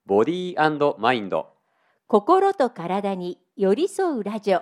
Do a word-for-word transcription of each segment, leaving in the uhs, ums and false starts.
ボディーマインド。 心と体に寄り添うラジオ。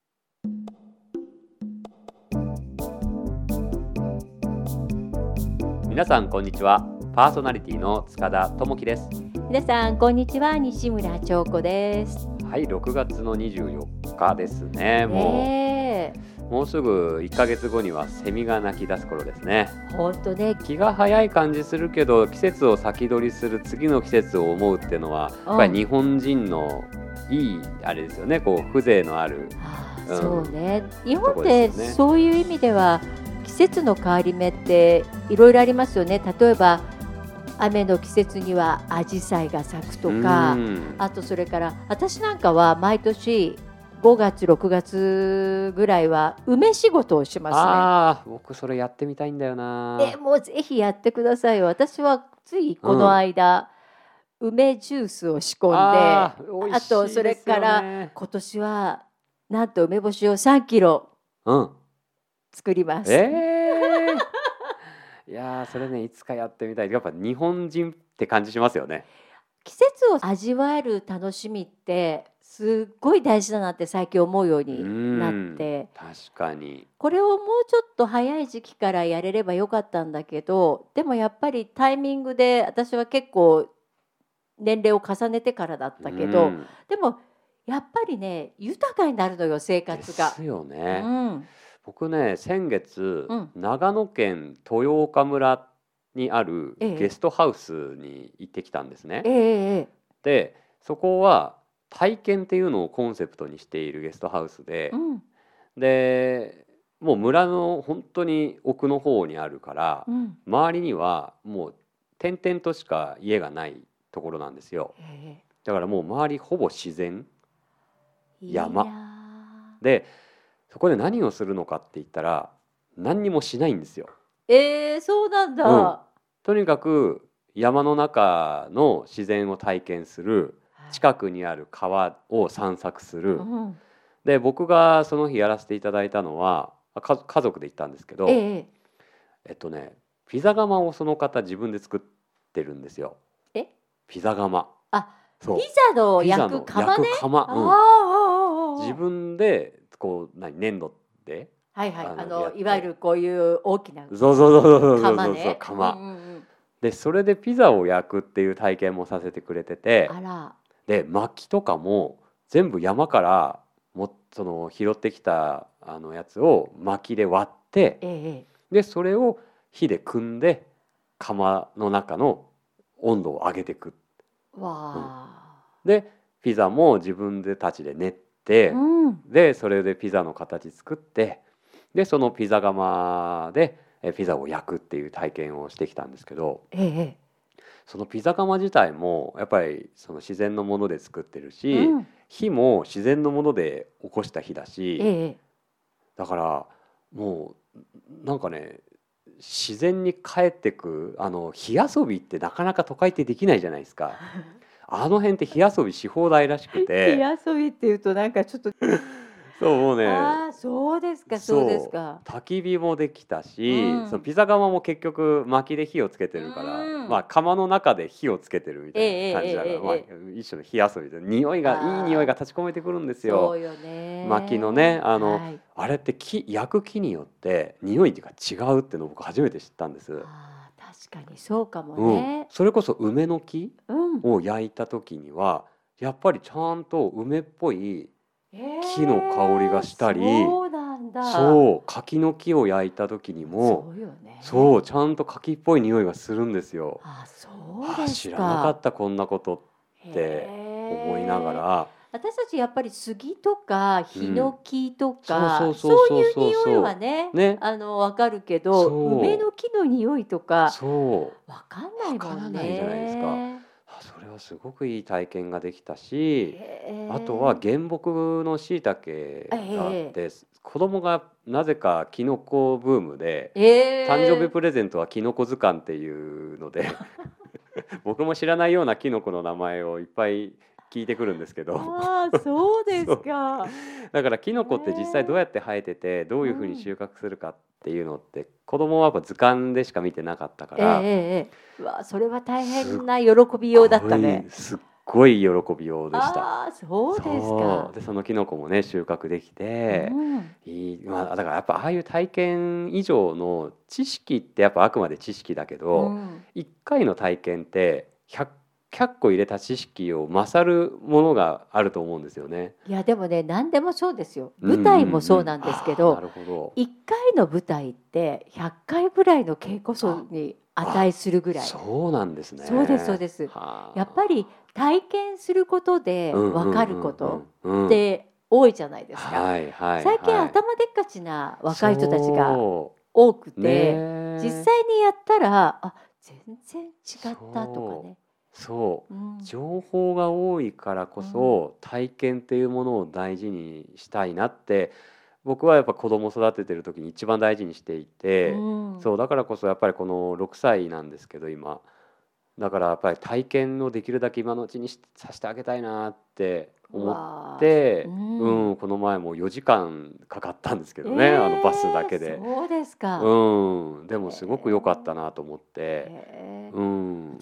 皆さんこんにちは。パーソナリティの塚田智樹です。 皆さんこんにちは、西村彫子です。 はい、ろくがつのにじゅうよっかですね。もう、 ねもうすぐいっかげつごにはセミが鳴き出す頃ですね。 え、ほんとね。 気が早い感じするけど、季節を先取りする次の季節を思うっていうのは、やっぱり日本人のいいあれですよね。こう風情のある、 ああ、 うんそうね。日本とこってですよねそういう意味では季節の変わり目っていろいろありますよね。例えば雨の季節にはアジサイが咲くとか、 うんあとそれから私なんかは毎年ごがつろくがつぐらいは梅仕事をしますああ、僕それやってみたいんだよな。 ね。え、もうぜひやってくださいよ。私はついこの間、梅ジュースを仕込んで、 あー美味しいとそれですよからね。 今年はなんと梅干しをさんキロうん。 作ります。 ええいやーそれねいつかやってみたい。やっぱ日本人って感じしますよね。 季節を味わえる楽しみってすっごい大事だなって最近思うよううになっん、 て、 確かに。 これをもうちょっと早い時期からやれればよかったんだけど、でもやっぱりタイミングで私は結構年齢を重ねてからだったけど、 うんでもやっぱりね豊かになるのよ、生で活が。 すようね。 ん、 僕ね先月、 うん長野県豊岡村にあるええゲストハウスに行ってきたんですね。 ええええでそこは体験っていうのをコンセプトにしているゲストハウスで、 うんでもう村の本当に奥の方にあるからうん周りにはもう点々としか家がないところなんですよ。 えだからもう周りほぼ自然えいい山なで、そこで何をするのかって言ったら何にもしないんですよ。 ええそうなんだ。 うんはとにかく山の中の自然を体験する、 い近くにある川を散策する。 うんで僕がその日やらせていただいたのはか家族で行ったんですけど、 えええっとねピザ窯をその方自分で作ってるんですよ。 えピザ窯。 あ、 そうピザのピザ焼くの窯ね。 焼く窯、 ああうん、 ああああ自分でこう何粘土ではいはい、 ああのやってのいわゆるこういう大きなそうそうそうそうそうそうそう窯ね。 窯、 うんうんうんでそれでピザを焼くっていう体験もさせてくれてて、 あら、 で薪とかも全部山からもその拾ってきたあのやつを薪で割ってええでそれを火で組んで窯の中の温度を上げていく。 わあ、 でピザも自分でたちで練ってうん、 でそれでピザの形作ってでそのピザ窯でえピザを焼くっていう体験をしてきたんですけど、 ええそのピザ窯自体もやっぱりその自然のもので作ってるうし、 ん、 火も自然のもので起こした火だえし、 えだからもうなんかね自然に帰ってくあの火遊びってなかなか都会ってできないじゃないですか。あの辺って火遊びし放題らしく火て、 遊びっていうとなんかちょっとそうもうねああ、そうですかそうですそうか。 焚き火もできたうし、 ん、 そのピザ窯も結局薪で火をつけてるから、 うんまあ窯の中で火をつけてるみたいなええええ感じだから、まあええええ一種の火遊びで匂いがいい匂いがああ、 立ち込めてくるんですよ。 そうよね。 薪のねあの、 はい。 あれって木焼く木によって匂いが違うっていうのを僕初めて知ったんです。 ああ、確かにそうかもうん、 ね。 それこそ梅の木うん。 を焼いた時にはやっぱりちゃんと梅っぽいえ木の香りがえ、 したり、 そうなんだ。 そう柿の木を焼いた時にもそうよね。 そうちゃんと柿っぽい匂いがするんですよ。 あ、そうああです知らなかか。 ったこんなことって思いながへえ。 ら、 私たちやっぱり杉とかヒうんノキとそうそか、 うそうそうそうそういう匂いはそね、 うねあの、わかるけど、梅その木の匂いとうかそうわかんなわいもんからないじゃないですか。 ね。 あそれはすごくいい体験ができたし、 へあとはえ。 原木のしいたえけがあっえて子供がなぜかキノコブームでええ。 誕生日ええ。 プレゼントはキノコ図鑑っていうので僕も知らないようなキノコの名前をいっぱい聞いてくるんですけどああ、そうですそうか。 だからキノへコって実際どうやえ。 って生えててどういうふうにうん。 収穫するかっていうのって子供はやっぱ図鑑でしか見てなかったかえええらえええ。うわ、それは大すっ変な喜びようだっごたね。 いすっごい喜びようでした。 ああ、そうですそか。 うでそのキノコもね収穫できうて、 ん。 いい、まあ、だからやっぱああいう体験以上の知識ってやっぱあくまで知識だけうど、 ん。 いっかいの体験ってひゃく、ひゃっこ入れた知識を勝るものがあると思うんですよね。 いやでもね、何でもそうですよ。 うんう舞台もんうん。 そうなんですけああ、など、 るほど。 いっかいの舞台ってひゃっかいぐらいの稽古あ、 数にあ、 値するぐらい。 そうなんですそうですそうね。 です。やっぱはり体験することあ。うで分かんうんうることんうんっうん。 て多いじゃないですか。 はいはい最近はい。 頭でっかちな若い人たちがそ多くう。ねて、実え。 際にやったら、あ、全然違ったとかそね。 う。そう。 うん、 情報が多いからこうん、 そ体験っていうものを大事にしたいなって僕はやっぱ子供育ててる時に一番大事にしていうて、 ん。 そうだからこそやっぱりこのろくさいなんですけど今だからやっぱり体験をできるだけ今のうちにしさせてあげたいなってう思っわー、うて、うん。 ん、この前もよじかんかかったんですけえどねあのバスだえ、 けで。 そうですか。 うん、でもすごく良かったへなと思っえ、 て、 へえ。 うん。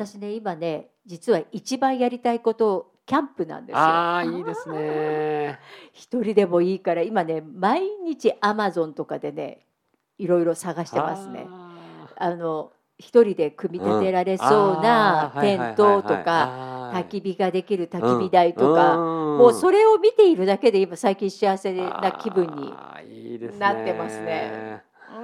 私ね、今ね、実は一番やりたいこと、キャンプなんですよ。 ああ、いいですね。 一人でもいいから、今ね、毎日アマゾンとかでね、いろいろ探してますね。 ああの、一人で組みあ、うん。 立てられそうああ、はいなテンはいはいはい。 トとか、焚はい。 き火ができる焚き火うん。 台とか、もううん。 それを見ているだけで今最近幸せな気分にああ、いいですなってますね。 ね。 うん。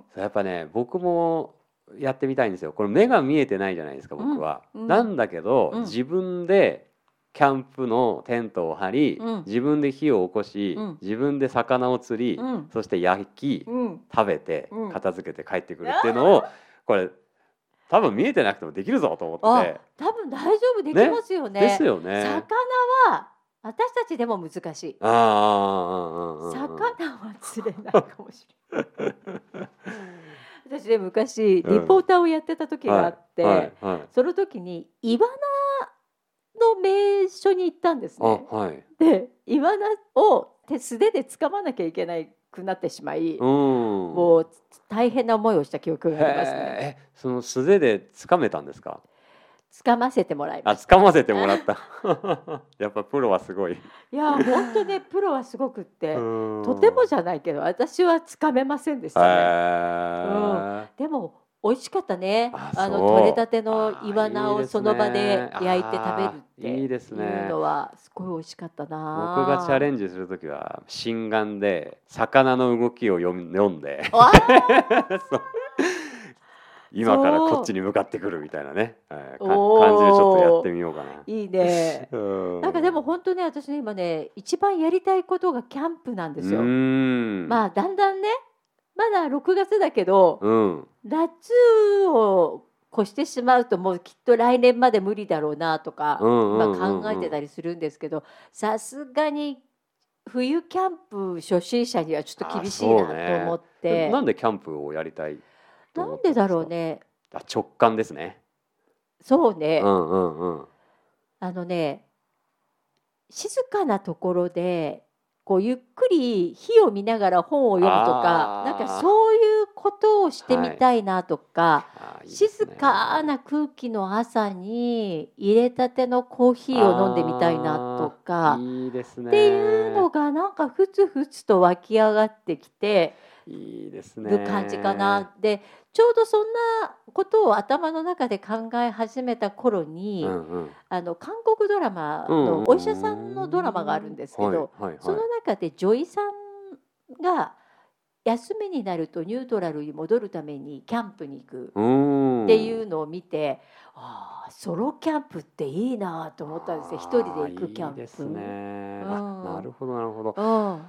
そうやっぱね、僕もやってみたいんですよ。これ目が見えてないじゃないですか、 うん。 僕は。 うん。 なんだけど、 うん。 自分でキャンプのテントを張り、 うん。 自分で火を起こし、 うん。 自分で魚を釣り、 うん。 そして焼き、 うん。 食べて、 うん。 片付けて帰ってくるっていうあのを、これ多分見えてなくてもできるぞと思ってあ、 て。 多分大丈夫できね。 ますよですね。 よね。 魚は私たちでも難しい。 ああ、ああ、ああ、ああ、あ魚は釣れないかもしれない。私ね、昔あ。うん。 リポーターをやってた時があはい、 っはい、 て、 はい。 その時にイワナの名所に行ったんですあ、 ね。 はい。 で、イワナを手素手で掴まなきゃいけないくなってしまい、 うーん。 もう大変な思いをした記憶があへりますね。 え、え、その素手で掴めたんですか？ 掴ませてもらいあ、 ました。 掴ませてもらった。やっぱプロはすごい。 いや、ほんとね、プロはすごくっうて、とてーん。 もじゃないけど、私は掴めませんでしへたね。うん。 え。 でも美味しかったね。 あ、 あの取れたそう。 てのああ、 イワナいいですをその場でね。 焼いて食べるっああ、いいてですいうね。 のはすごい美味しかった僕がチャレな。 ンジするときは、心眼で魚の動きを読み読んで、 わあ、 そう、今からこっちそう。 に向かってくるみたいなね、えーか感じでちょっとやっておお、 みようかな。 いいね。 うなんかでーん。 もほんとね、私ね、今ね、一番やりたいことがキャンプなんでうすよ。 ーん。 まあ、だんだんね、まだろくがつだけど、 うん。 夏を越してしまうともうきっと来年まで無理だろうなとかうんう今んう考えてんうん。 たりするんですけど、さすがに冬キャンプ初心者にはちょっとあ、 厳しいそうなと思ね。 っで、なて。 んでキャンプをやりたいと思っなんでだたんですか？ ろうね。 あ、直感ですね。 そうね。 うんうんうん。 あのね、静かなところでこうゆっくり火を見ながら本を読むとか、なんかあそういうことをしあ、 てみはい。 たいなとか、 ああ、いいです静かね。 な空気の朝に入れたてのコーヒーを飲んでみたいなとああ、 かいいですっていうのね。 がなんかふつふつと湧き上がってきていいでする感じかね。 な。で、ちょうどそんなことを頭の中で考え始めた頃に、 うんうん。 あの韓国ドラマうんうのお医者さんのドラマがあるんん。 ですけはいど、そのはいはい。 中で女医さんが休みになるとニュートラルに戻るためにキャンプに行くうっていーん。 うのを見て、ああ、ソロキャンプっていいなと思ったんですね。一人でああ、 行くキャいいですンプ。 ね。 うあ、なん。 るほどなるほど。 うん。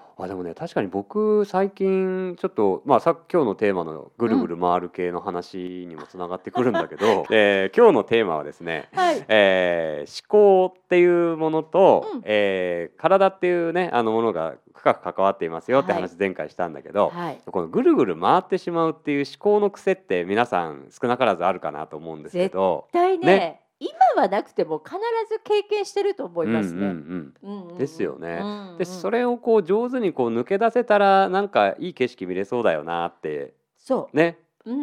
あ、でもね、確かに僕最近ちょっと、まあ、さ今日のテーマのぐうん。 るぐる回る系の話にもつながってくるんだけど、えー今日のテーマはですね、 はい。 えー思考っていうものと、 うん。 えー体っていうね、あのものが深く関わっていますよってはい。 話前回したんだけど、 はい。 このぐるぐる回ってしまうっていう思考の癖って皆さん少なからずあるかなと思うんですけ絶ど、 対ね。 ね、今はなくても必ず経験してると思いうんうんうますね。 ん。 うんうんですようん。うね。で、 んうん。 それをこう上手にこう抜け出せたら、なんかいい景色見れそうだよなって、 そね、 う。うん。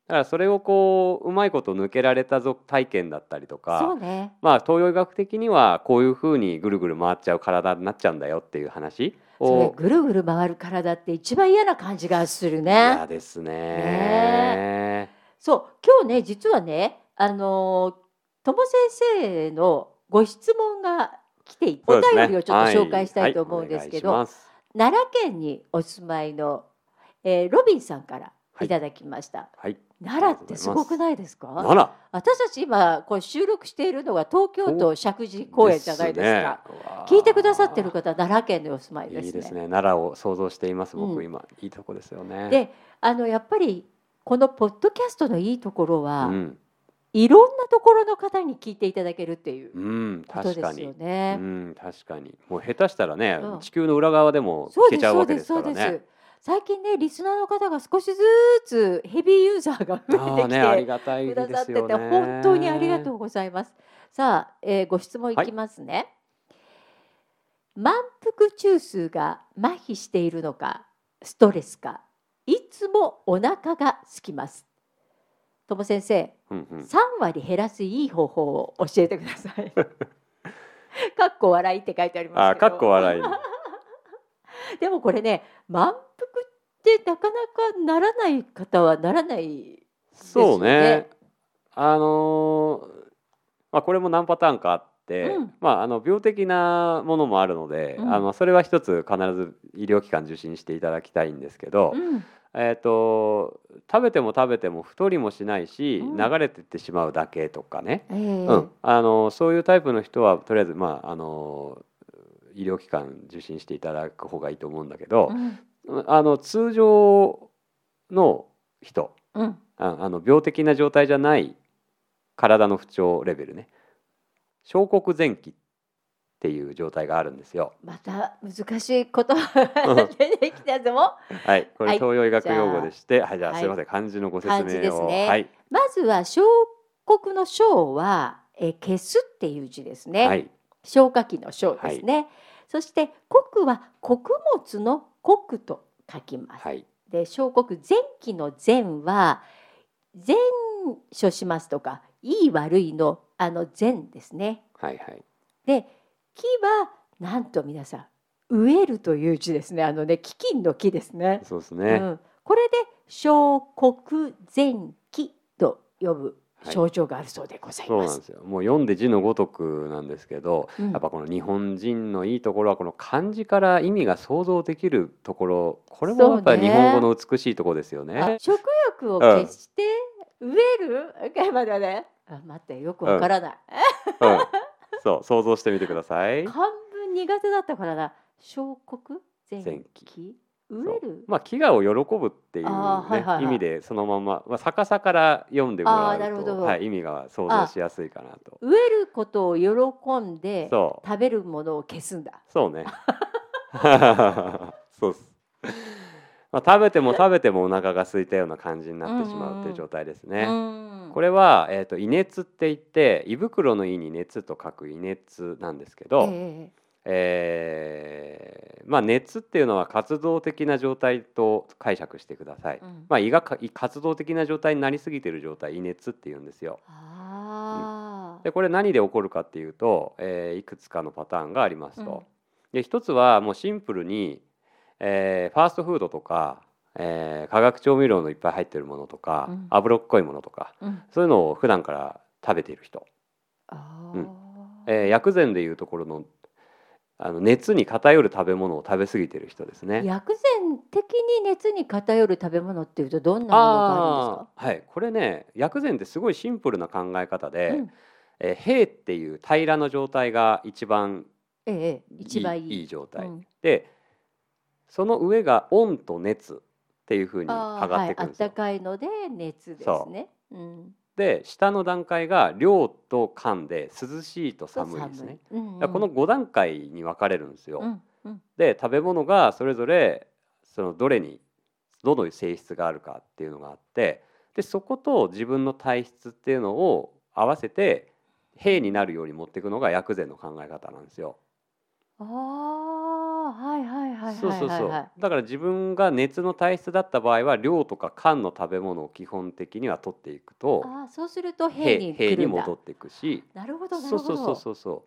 だからそれをこううまいこと抜けられたぞ体験だったりとそうか、 ね。 まあ東洋医学的にはこういうふうにぐるぐる回っちゃう体になっちゃうんだよっていう話それを。 ぐるぐる回る体って一番嫌な感じがするね。 嫌ですねね。 そう今日ね実はねあのとも先生のご質問が来ていて、おそうですね。 便りをちょっと紹介したはいいと思うんですけはい、おど、 願いします。 奈良県にお住まいの、えーロビンさんからはいいただきました。 はい。 奈良ってすごくい。 ないですか？ 奈良私たち今こう収録しているのが東京都石神井公園じゃないですか。 ね。うわー聞いてくださってる方は奈良県にお住まいですね。 いいですね。奈良を想像しています。 うん僕今いいとこですよね。 であのやっぱりこのポッドキャストのいいところは、 うん、 いろんなところの方に聞いていただけるっていううん、 こと確かにですよ。ね。 うん、確かに。もう下手したらね、 うん地球の裏側でもそうです聞けちゃうわけそうでそうですすからね。 です。最近ねリスナーの方が少しずつヘビーユーザーが増ああね、 えてきありてがたいくださっててですよね。 本当にありがとうございます。さあ、えーご質問いきますね。満腹中枢が麻痺しているのかストレスかいつもお腹が空きます。とも先生、 うんうん。 さん割減らすいい方法を教えてください。かっこ笑いって書いてありますあ、 けど。 かっこ笑い。 でもこれね満腹ってなかなかならない方はならないですよね。 そうね。あのーまあこれも何パターンかあって、 うんまああの病的なものもあるので、 うんあのそれは一つ必ず医療機関受診していただきたいんですけど、 うんえっと食べても食べても太りもしないし、 うん流れてってしまうだけとかね。 ええうん、あのそういうタイプの人はとりあえずまああの医療機関受診していただく方がいいと思うんだけど、 うんあの通常の人、 うんああの病的な状態じゃない体の不調レベルね、小国前期っていう状態があるんですよ。 また難しい言葉が出てきたぞ。 はい、これはい東洋医学用語でして、はい、じゃあはいすいません、漢字のご説漢字です明を。 ねはい、 まずは小国の小は、えー消すっていう字ですね。 はい、 消化器の小ですね。そして国は穀物の穀と書きます。 はい、 で小国前期の前は前処しますとかいい悪いのあの前ですね。 はい、はい、 で木はなんと皆さん植えるという字ですね。あのね飢饉の木ですね。 そうですね。 うん、これで小国前期と呼ぶはい症状があるそうでございそうます。 なんですよ。もう読んで字のごとくなんですけど、 うんやっぱこの日本人のいいところはこの漢字から意味が想像できるところ、これもやっぱり日本語の美しいところですよあね。 食欲を消して植える、うん、まだねあ待ってよくわからない、 うん、そう想像してみてください。 漢文苦手だったからな。小国前前期植そうえるまあ飢餓を喜ぶっていう、ねあーはいはいはい意味でそのまま、まあ、逆さから読んでもらあーなるほうと、 どはい、意味が想像しやすいかなと。 植えることを喜んでそう食べるものを消すんだ。 そうね。そうっす。まあ、食べても食べてもお腹が空いたような感じになってしまうっていう状態ですね。 うんこれは、えー、と胃熱って言って胃袋の胃に熱と書く胃熱なんですけど、 ええーまあ、熱っていうのは活動的な状態と解釈してください。 うんまあ、胃がか胃活動的な状態になりすぎている状態、胃熱っていうんですよ。 ああ、 でこれ何で起こるかっていうと、えーいくつかのパターンがありますと。 うんで一つはもうシンプルに、えーファーストフードとか、えー化学調味料のいっぱい入ってるものとか、 うん脂っこいものとか、 うんそういうのを普段から食べている人、 あうんーえー薬膳でいうところのあの熱に偏る食べ物を食べ過ぎている人ですね。 薬膳的に熱に偏る食べ物っていうとどんなものがあるんですか？ あーはい、これね、薬膳ってすごいシンプルな考え方で、 うんえー平っていう平らな状態が一番ええええ一番いいいい状態、 うんでその上が温と熱っていう風にあー上がっはい、あっていくんですよ。 たかいので熱ですそうね。うん、 で下の段階が涼と寒で涼しいと寒いですね。 寒い。うんうんだからこのご段階に分かれるんですよ。 うんうんで食べ物がそれぞれそのどれにどの性質があるかっていうのがあって、でそこと自分の体質っていうのを合わせて平になるように持っていくのが薬膳の考え方なんですよ。 ああ、はいはいはいそうそうそはいはいはい。 う。だから自分が熱の体質だった場合は量とか缶の食べ物を基本的には取っていくとああ、そうすると兵平に平に戻来るんだ。 っていくし、 なるほどなそうそうそうるほど。 そうそう。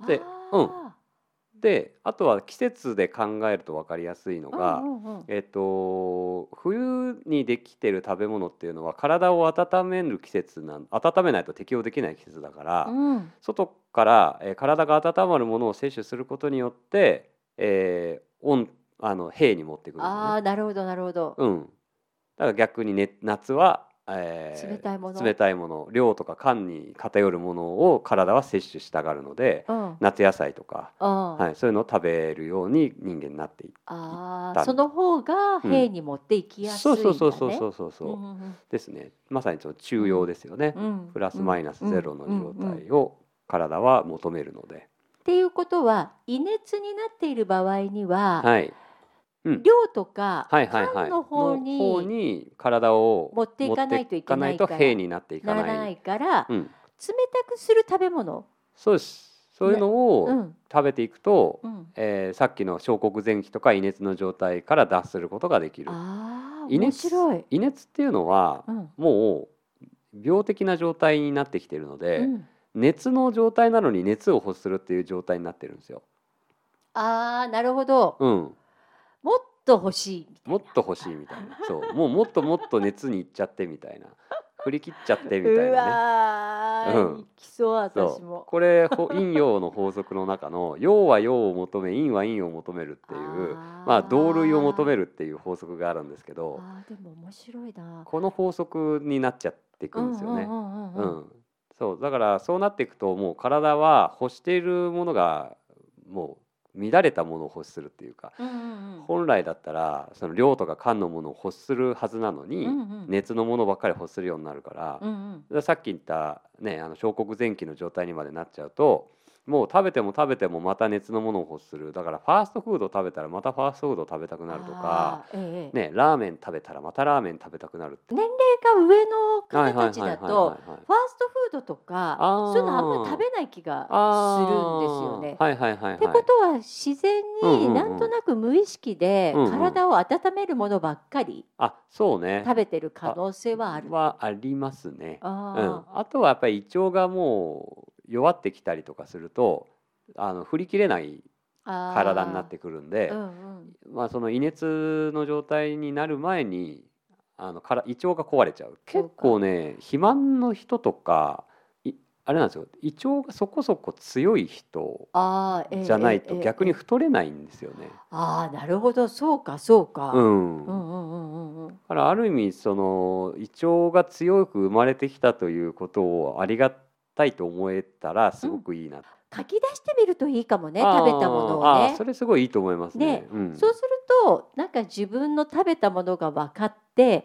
で、うん。 あで、あとは季節で考えると分かりやすいのあ、うが、 んうんうん。 えっと、冬にできてる食べ物っていうのは体を温める季節なん温めないと適応できない季節だかうら、 ん。 外から、えー体が温まるものを摂取することによって、えー、温あの平に持ってくるんですよね。 ああ、なるほどなるほど。 うん。だから逆に、ね、夏は、 冷えー冷たいもの。 たいもの、量とか缶に偏るものを体は摂取したがるので、 うん。 夏野菜とか、 うん。 はい、そういうのを食べるように人間になっていいっああ、 たん。 その方がうん。 兵に持っていきやそうすそうそうそういんだね。 そうそううんうそうんですね。まさにそのうん。 中庸ですよね。 うんプラうんスマイナスうんゼロの状うんうん。っ態を体は求めるので。 ていうことは、胃熱になっている場合には、 はい。うん。 量とかはいはいはい。 缶の方の方にに体を持っていか持っていないといけなかないといから平になっていかない。 ならないから、 うん。 冷たくする食べ物。 そうです。そういうなのをうん食べていくと、 うん。 えーさっきの小国前期とか胃熱の状態から脱することができる。 ああ、面胃熱、 白い。 胃熱っていうのはうんもう病的な状態になってきているので、 うん。 熱の状態なのに熱を欲するっていう状態になってるんですよ。 ああ、なるほど。 うん。 もっと欲しいみたいもっと欲しいみたいな。そう。もうもっともっと熱にいっちゃってみたいな。振り切っちゃってな。うみたいなね。 わー、 うん。 いきそう私そう。 も。 これほ陰陽の法則の中の陽は陽を求め陰は陰を求めるっていう、まあ同類を求めあるっていう法則があるんですけど、 あ、あーでも面白いな。 この法則になっちゃっていくんですよね。 うんうんうんうんうん。 うん。そう。だからそうなっていくともう体は欲しているものがもう乱れたものを欲するっていうか、 うんうんうん。 本来だったらその量とか缶のものを欲するはずなのうに、 んうん。 熱のものばっかり欲するようになるから、 うんうん。 でさっき言ったね、あの小国前期の状態にまでなっちゃうと、もう食べても食べてもまた熱のものを欲する。だからファーストフードを食べたらまたファーストフードを食べたくなるとか、 ああ、ええ。 ね、ラーメン食べたらまたラーメン食べたくなるって。 年齢が上のはい方たちはいはいはいだと、 はいはい。 ファーストフードとか、そういうのあんま食あべない気があ、 するんですよね。 ああ、はいはいはいってはい。 ことは自然うんにうんうん。 なんとなく無意識でうんうん。 体を温めるものばっかりあ、そうね。 食べてる可あ、 能性はある。 はありますね。うん。 ああとはやっぱり胃腸がもう弱ってきたりとかすると、あの振り切れないあ、あ体になってくるんあ、うで、 んうん。 まあその胃熱の状態になる前に、あのから胃腸が壊れちゃう。結そうか。 構ね、肥満の人とか、いあれなんですよ。胃腸がそこそこ強い人ああ、ええじゃないええええと逆にええ。 太れないんですよね。 ああ、なるほど、そうかそううか。うんん。 うんうんうんうん。 だからある意味その胃腸が強く生まれてきたということをありがたいと思えたらすうん。 ごくいいな。 書き出してみるといいかもね、食べたもああ、ああ、 のをね。 それすごいいいと思いますね。 で、 うん。 そうすると、なんか自分の食べたものが分かって、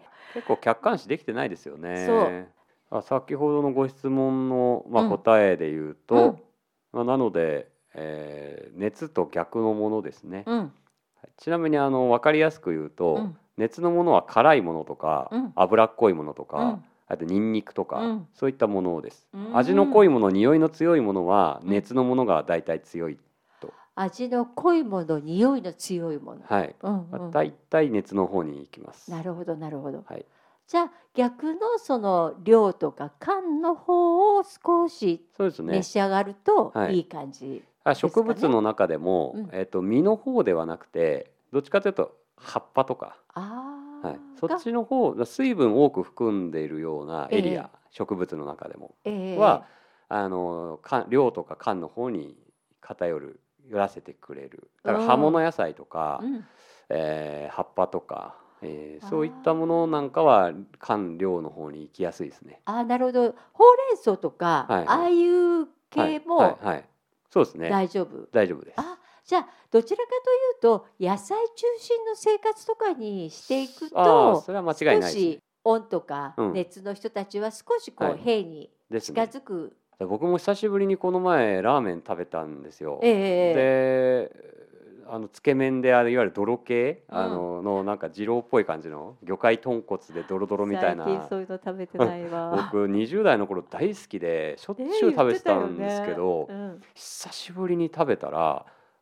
結構客観視できてないですよそね。あ、先ほどのご質問の、まあ、 う、うん、 答えで言ううん、 と、まあ、なので、えー熱と逆のものですね。 うん、 はい、ちなみにあの分かりやすく言うと、 うん、 熱のものは辛いものとかうん、 脂っこいものとか、 うん、 あとニンニクとか、 うん、 そういったものです。 う味の濃ん、 いもの、匂いの強いものはうん。 熱のものがだいたい強いと。 味の濃いもの、匂いの強いもの。 はい。 うんまあ、 うん。 だいたい熱の方に行きます。 なるほど、なるほど。 はい。 じゃあ逆のその量とか缶の方を少しそうですね。 召し上がるとはい。 いい感じあ、 ですかね。 植物の中でも、 うん。 えっと、実の方ではなくて、どっちかというと葉っぱとか、はい、 ああ、 そっが、 ちの方、水分多く含んでいるようなエリえア、植物の中でもえ、えは、 え、 あの、か量とか缶の方に偏る、寄らせてくれる。 うだから葉物ん、 野菜とか、 うん。 えー葉っぱとか、えーそういったものなあんかは缶量の方に行きやすいですね。 あ、ああ、なるほど。ほうれん草とか、 はいはい。 ああいうはいはい系もはい。そうですね。 大丈夫。 大丈夫です。 あ、じゃあどちらかというと野菜中心の生活とかにしていくああ、 とそれは間違い少ないですね。 し温とかうん。 熱の人たちは少しこうはい。 平に近ですね。 づく。 僕も久しぶりにこの前ラーメン食べたんですえよ。 え、 で、あのつけ麺であるいわゆる泥系、 うん。 あののなんか二郎っぽい感じの魚介豚骨でドロドロみたい最近な。 そういうの食べてないわ。 僕にじゅう代の頃大好きでしょっええ、 ちゅう食べて言ってたよたんですけね。 ど、 うん。 久しぶりに食べたら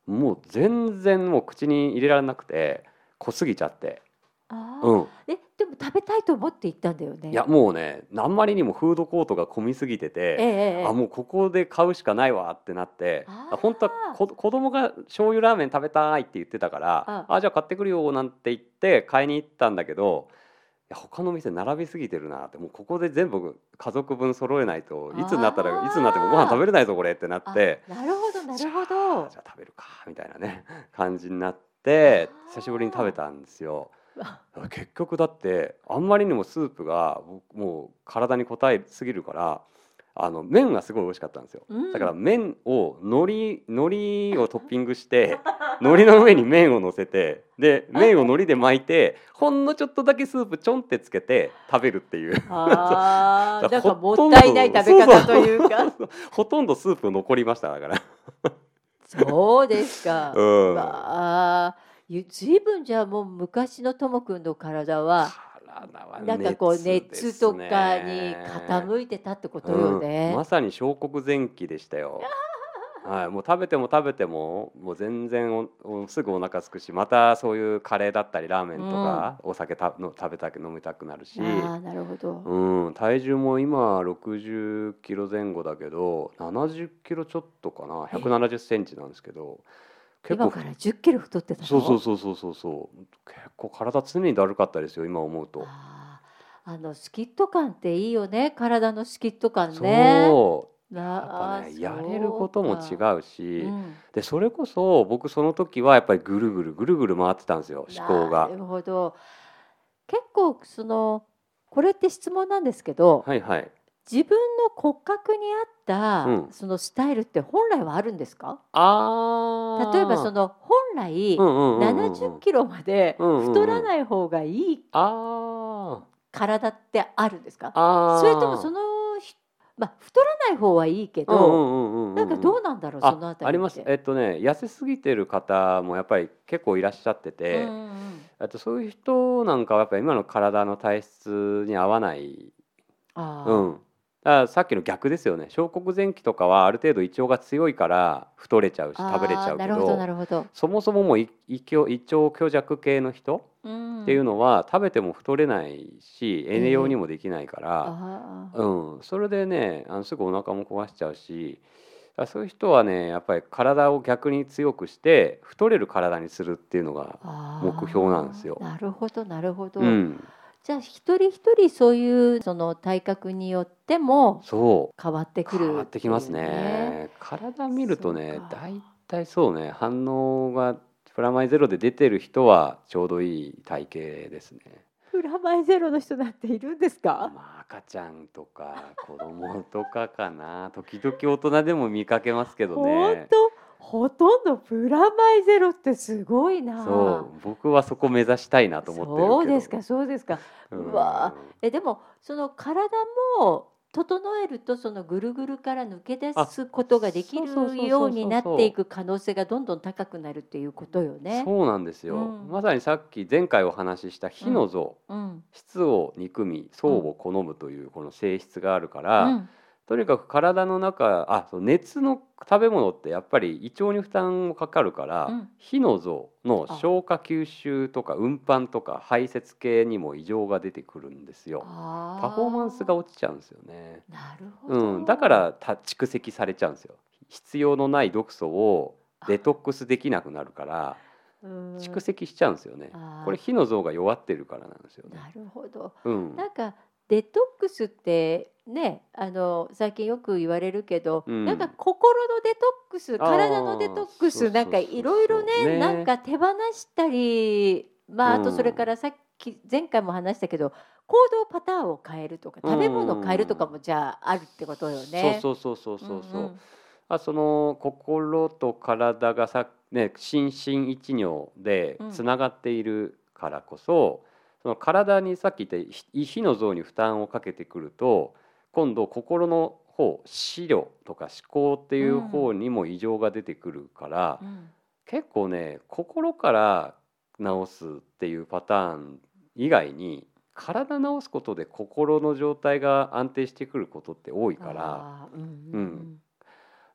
もう全然もう口に入れられなくて濃すぎちゃって、 ああ、 うん、 え、でも食べたいと思って行ったんだよね。 いやもうねあんまりにもフードコートが混みすぎてええて、 ええええ。 あもうここで買うしかないわってなって、あ本当はあこ子供が醤油ラーメン食べたいって言ってたから、 あ、あ、 あじゃあ買ってくるよなんて言って買いに行ったんだけど、いや他の店並びすぎてるなって、もうここで全部家族分揃えないといつになったらいつになってもご飯食べあれないぞこれってなっあ、あ、 て、 なるほどなじゃるほあじど。 ゃあ食べるかみたいなね感じになって久しぶりに食べあたんですよ。 あ。 結局だってあんまりにもスープが僕もう体に応えすぎるから、あの麺がすごい美味しかったんですよ。 うだからん。 麺を海苔海苔をトッピングして海苔の上に麺を乗せて、で麺を海苔で巻いてほんのちょっとだけスープちょんってつけて食べるっていうああ、なんほかもっとんたいないどそうそう食べ方というか。 ほとんどスープ残りましただからそうですうか。 ん。 わあ、ゆずいぶんじゃあもう昔のともくんの体は、 体はなんかこう熱で熱とすかにね。 傾いてたってことようん、まね。 さに小国前期でしたよ。はい、もう食べても食べても、もう全然おおすぐお腹空くし、またそういうカレーだったりラーメうンとん。 かお酒たの食べたく飲みたくなるし、 ああ、なるほど。 うん、体重も今ろくじゅっキロ前後だけど、ななじゅっキロちょっとかな、 え、 ひゃくななじゅっセンチなんですけど、結構ふ今からじゅっキロ太ってたそうそうの？ そうそうそうそう、結構体常にだるかったですよ、今思うと。 ああ、あのスキット感っていいよね、体のスキット感ね。 そう、やっぱなあ、 ね、やれるそうことも違か。 うし、 うん。 で、それこそ僕その時はやっぱりぐるぐるぐるぐる回ってたんですよ、思考が。 なるほど。結構その、これって質問なんですけど、 はいはい。 自分の骨格に合ったうん。 そのスタイルって本来はあるんですか？例えばそああ。 の本来うんうんうんう 70 んうん。 キロまでうんうんうん。 太らない方がいいあ体ってあるんですか？ あ。 それともそああ。 のひまあ、太らない方はいいけうんうど、 んうんなんかうんうんうん。 どうなんだろう、そのあ、 あたあります。 りって。 えっとね、痩せすぎてる方もやっぱり結構いらっしゃってうんて、 うんうん。 あとそういう人なんかはやっぱり今の体の体質に合わないうん。 あだからさっきの逆ですよね。小国前期とかはある程度胃腸が強いから太れちゃうあ、 し食べれちああ、 ゃうなるほどなけど、 るほど。 そもそももう胃胃腸胃腸虚弱系の人うっていうん。 のは食べても太れないしえ栄養にえ。 もできないかあら、 あ、 うん、それでねあのすぐお腹も壊しちゃうし、だからそういう人はねやっぱり体を逆に強くして太れる体にするっていうのが目標なんですああ、 よ。 なるほどなるほど。 うん、 じゃあ一人一人そういうその体格によってもそう変わってく変わるってきますっていうね。 ね。体見るとそうね、大か。 体そうね、反応がプラマイゼロで出てる人はちょうどいい体型ですね。 プラマイゼロの人なんているんですか？ まあ赤ちゃんとか子供とかかな。時々大人でも見かけますけどね。 ほんと、ほとんどプラマイゼロってすごいな。 そう、僕はそこ目指したいなと思ってるけど。 そうですかそうですか。 ううわ、 ん。 え、でもその体も整えるとそのぐるぐるから抜け出あ、 すことができそうそうるそうそうようになっていそうそく可能性がどんどん高くなるっていうことよう。 ね。 そうなんですよ。 うん。 まさにさっき前回お話ししたうん。 火の像。 うん。 質を憎みうん。 層を好むというこの性質があるからうん。 とにかく体の中あそう熱の食べ物ってやっぱり胃腸に負担もかかるからうん。 火の像のあ、 消化吸収とか運搬とか排泄系にも異常が出てくるんですよ。パフォーマンスがあ落ちちゃうんですよね。 あ、なるほうん、だかど。 らた蓄積されちゃうんですよ。必要のない毒素をデトックスできなくなるからうーん。 蓄積しちゃうんですよね。これああ、 火の像が弱ってるからなんですよね。 なるほど。 うん。 なんかデトックスってね、あの最近よく言われるけど、なんかうん。 心のデトックス、体のデああ、 トックス、なんそうそうかいろいろそうそう。 ね、なんね。 か手放したり、まうああとそれかん。 らさっき前回も話したけど、行動パターンを変えるとか、 う食べ物を変えるとかん。 もじゃああるってことよそうね。 そうそうそううんそうそう。 うん。 あ、その心と体がさ、ね、心身一如でうん。 つながっているからこそ、その体にさっき言ったひ火の像に負担をかけてくると、今度心の方、思慮とか思考っていううん。 方にも異常が出てくるから、 うん。 結構ね心から治すっていうパターン以外に体治すことで心の状態が安定してくることって多いから、 ああ、うんうんううん、 ん。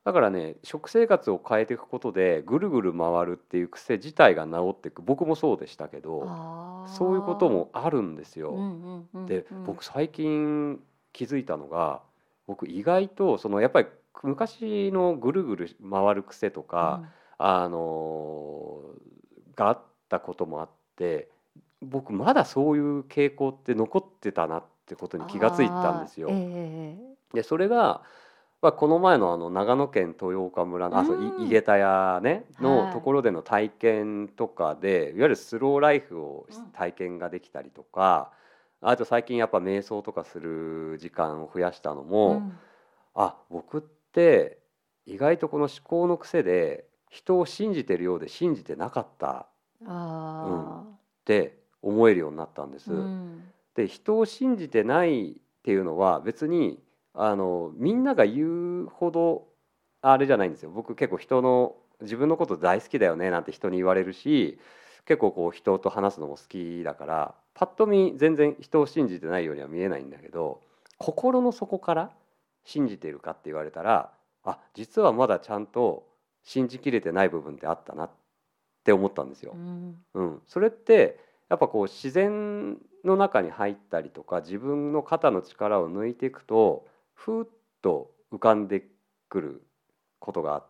だからね、食生活を変えていくことでぐるぐる回るっていう癖自体が治っていく。僕もそうでしたけど、そういうこともああるんですあ、うよ。 んうんうんで、 うん。 僕最近気づいたのが、僕意外とそのやっぱり昔のぐるぐる回る癖とか、 うん。 あのがあったこともあって、僕まだそういう傾向って残ってたなってことに気がついたんでああ、ええすよ。 ええ。 で、それが、まあ、この前のあの長野県豊岡村うのあそうい井ん。 桁屋ねのとはい。 ころでの体験とかで、いわゆるスローライフをうん。 体験ができたりとか、あと最近やっぱ瞑想とかする時間を増やしたのも、 うん。 あ、僕って意外とこの思考の癖で人を信じてるようで信じてなかった、うん、っああ、 て思えるようになったんでうす。 ん。 で、人を信じてないっていうのは別にあのみんなが言うほどあれじゃないんですよ。僕結構人の自分のこと大好きだよねなんて人に言われるし、結構こう人と話すのも好きだから、パッと見全然人を信じてないようには見えないんだけど、心の底から信じているかって言われたら、あ、実はまだちゃんと信じきれてない部分ってあったなって思ったんですよ。 うん。 うん、それってやっぱこう自然の中に入ったりとか自分の肩の力を抜いていくとふーっと浮かんでくることがあって、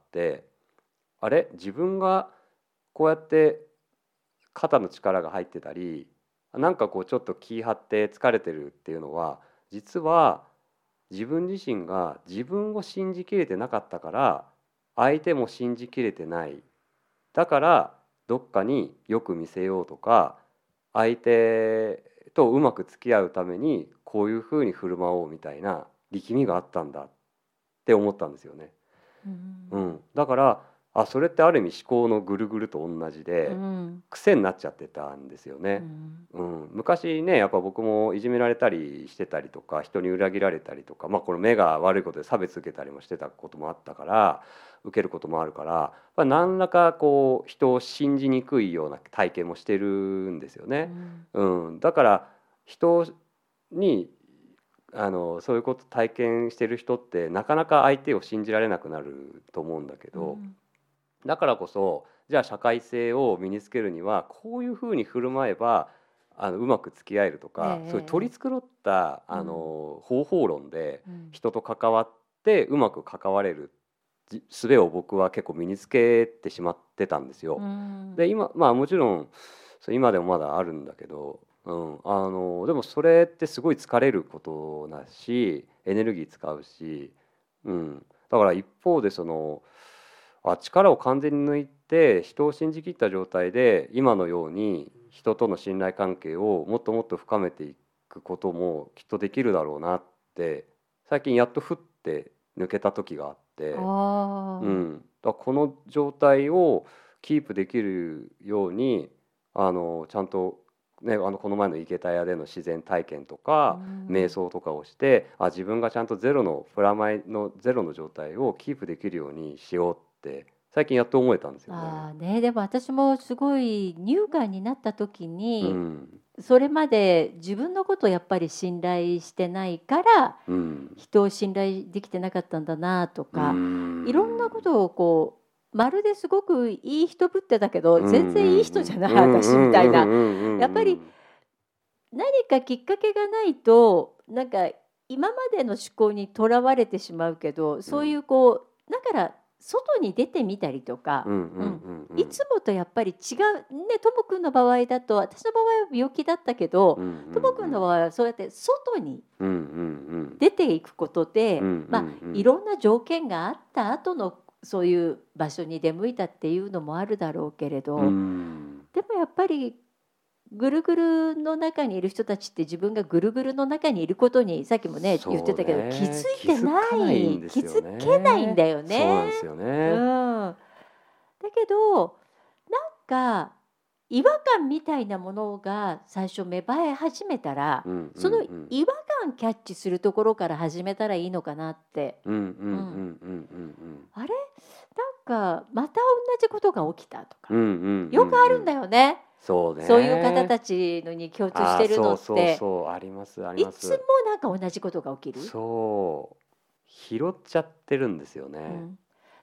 あれ自分がこうやって肩の力が入ってたり、なんかこうちょっと気張って疲れてるっていうのは、実は自分自身が自分を信じきれてなかったから相手も信じきれてない。だからどっかによく見せようとか、相手とうまく付き合うためにこういうふうに振る舞おうみたいな力みがあったんだって思ったんですよね。 ううん、 ん。 だからあそれってある意味思考のぐるぐると同じうでん。 癖になっちゃってたんですよね。 うん。 うん、昔ねやっぱ僕もいじめられたりしてたりとか人に裏切られたりとか、まあこの目が悪いことで差別受けたりもしてたこともあったから、受けることもあるから、やっぱ何らかこう人を信じにくいような体験もしてるんですよね。 うん。 うん、だから人にあのそういうこと体験してる人ってなかなか相手を信じられなくなると思うんだけど、 うん。 だからこそじゃあ社会性を身につけるにはこういうふうに振る舞えばあのうまく付き合えるとええか、そういう取りええええ。 繕ったあうん。 の方法論でうん。 人と関わってうまく関われるじ術を僕は結構身につけてしまってたんですうよ。でん。 今まあもちろんそう今でもまだあるんだけど、うん、あのでもそれってすごい疲れることだしエネルギー使うし、うん、だから一方でそのあ力を完全に抜いて人を信じきった状態で今のように人との信頼関係をもっともっと深めていくこともきっとできるだろうなって最近やっとふって抜けた時があって、うああ。 ん、だからこの状態をキープできるようにあのちゃんと、ね、あのこの前の池田屋での自然体験とうか瞑ん。 想とかをしてあ自分がちゃんとゼロのプラマイのゼロの状態をキープできるようにしようって最近やっと思えたんですよね。 ああね、でも私もすごい乳がんになった時うに、 ん、 それまで自分のことをやっぱり信頼してないから、 うん、 人を信頼できてなかったんだなとうか、いろんなん、 ことをこう、まるですごくいい人ぶってたけど、 うん、 全うん、 然いい人じゃない、 うん、う私みたいな。 ん、うん、うん、 やっぱりうん、 何かきっかけがないと、なんか今までの思考にとらわれてしまうけど、そういうん、 うこう、だから外に出てみたりとか、 うん、うん、 うん、 うん、 いつもとやっぱり違う、ね、ともくんの場合だと、私の場合は病気だったけど、 うん、うともくんのん、 場合はそうやって外にうん、うん、 出ていくことうん、うで、まあ、いん、 ろんな条件があった後のそういう場所に出向いたっていうのもあるだろうけれうど、 ん、 でもやっぱりぐるぐるの中にいる人たちって自分がぐるぐるの中にいることにさっきもね言ってそうたけど気づね。気いてなづかないんい気づですよけないんね。 だよね。 そうなんですようん、 ね。 だけどなんか違和感みたいなものが最初芽生え始めたら、 うんうそのんうん。 違和感キャッチするところから始めたらいいのかなって。 うんうんうんうん、 うんうんあれなんかまた同じことが起きたとかうん。うんうんうんよくあるんだうん。 よね。 そうそういう方ね。 たちのに共通しああ、 てるのそうそうってそう。ありますありいつもます。 なんか同じことが起きる。 そう。拾っちゃってるんですよね。 うん。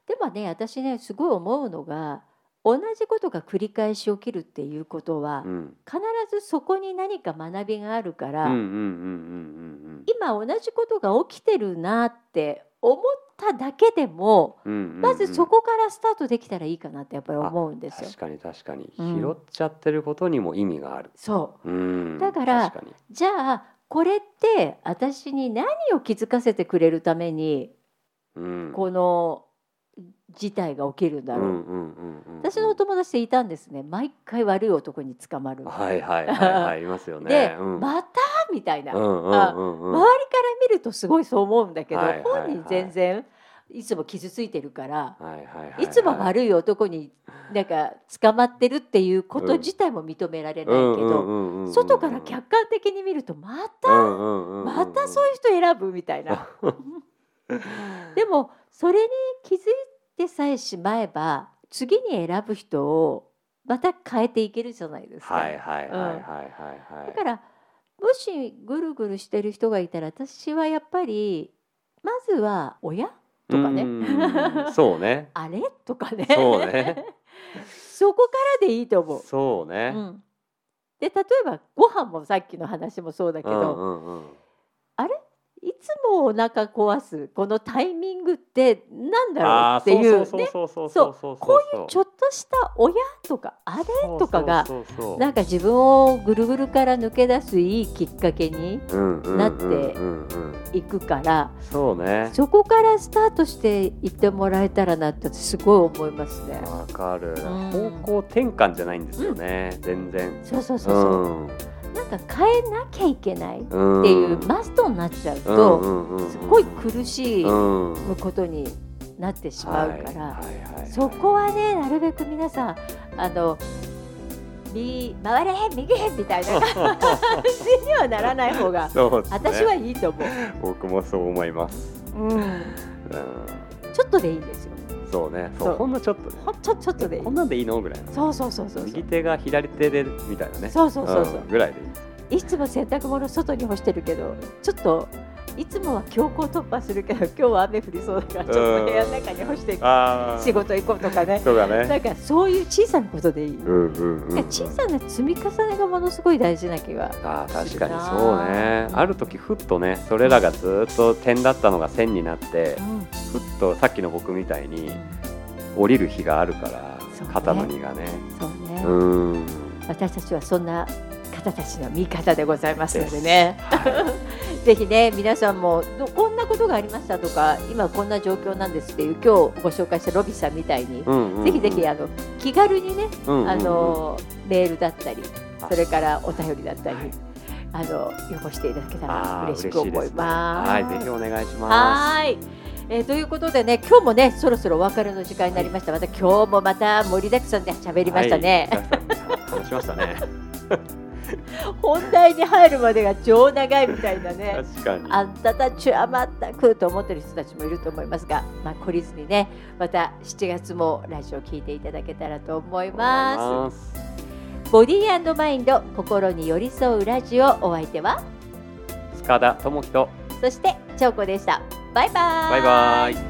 でもね、私ねすごい思うのが、同じことが繰り返し起きるっていうことは、 うん、 必ずそこに何か学びがあるから、 うんうんうんうんうん今同じことが起きてるなって思っただけでも、 うんうんうんうん、 まずそこからスタートできたらいいかなってやっぱり思うんですよ。 確かに確かに、 うん拾っちゃってることにも意味がある。 そううんだから確かにじゃあこれって私に何を気づかせてくれるためにうんこの事態が起きるんだろう、 うんうんうんうんうん、 私のお友達でいたんですね。毎回悪い男に捕まる。 はいはいはいはいいますよね。 で、 うんまたみたいな、 うんうんあうんうん周りから見るとすごいそう思うんだけど、 はいはいはい本人全然いつも傷ついてるから、 はいはいはいはいいつも悪い男になんか捕まってるっていうこと自体も認められないけど、外から客観的に見るとまたまたそういう人選ぶみたいな。でもそれに気づいてさえしまえば次に選ぶ人をまた変えていけるじゃないですか。 はいはいはいはいはいはいだからもしぐるぐるしてる人がいたら、私はやっぱりまずは親とかね、 うんそうねあれとかね、 そうねそこからでいいと思う。 そうね、 うん、で例えばご飯もさっきの話もそうだけど、 うんうんうん、 あれいつもお腹壊すこのタイミングってなんだろうあーっていうそうね、 そうそうそうそうそうこういうちょっとした親とかあれとかがそうそうそうそうなんか自分をぐるぐるから抜け出すいいきっかけになってうんうんうんうんいくから、 そうねそこからスタートしていってもらえたらなってすごい思いますね。 わかる、 うん方向転換じゃないんですよね、全然そうそうそうそう、 うんなんか変えなきゃいけないってうんいうマストになっちゃううんとうんうんうんすごい苦しいうんことになってしまうから、 はいはいはい、 そこはねなるべく皆さんあの右回れ右みたいな感じにはならない方がそうですね、 私はいいと思う。 僕もそう思います、 うん、 うん、 ちょっとでいいんですよ。 そうねそうそうほんのちょっとねほんちょちょっとでいいこん。なんでいいのぐらいのそうそうそうそうそう右手が左手でみたいなねそうそうそうそう、 んぐらいでいいいつも洗濯物外に干してるけどちょっといつもは強行突破するけど今日は雨降りそうだからちょっと部屋の中に干してあ仕事行こうとかね、 そうだねなんかそういう小さなことでいい、 うんうんうんうん、 小さな積み重ねがものすごい大事な気が。 あー確かにそうね、ある時ふっとねそれらがずっと点だったのが線になってうんふっとさっきの僕みたいに降りる日があるから、 そうね肩の荷がねそうね、 うん私たちはそんな方たちの味方でございますのでね、 はぜひね皆さんもどこんなことがありましたとか今こんな状況なんですっていう今日ご紹介したロビさんみたいに、 うんうんうん、 ぜひぜひあの気軽にね、 うんうんうんあのメールだったりそれからお便りだったり、 はいあのよこしていただけたらあー嬉しく思います。 はい、ぜひお願いします。 はーい、えーということでね今日もねそろそろお別れの時間になりました。また今日もまた盛りだくさんで喋りましたね、 はい、話しましたね。 本題に入るまでが超長いみたいなね確かに。 あんたたちは全くと思ってる人たちもいると思いますが、まあ、懲りずにねまたしちがつもラジオ聞いていただけたらと思います。 す。 ボディー&マインド心に寄り添うラジオ、お相手は塚田智樹とそしてチョコでした。バイバーイ。 バイバイ。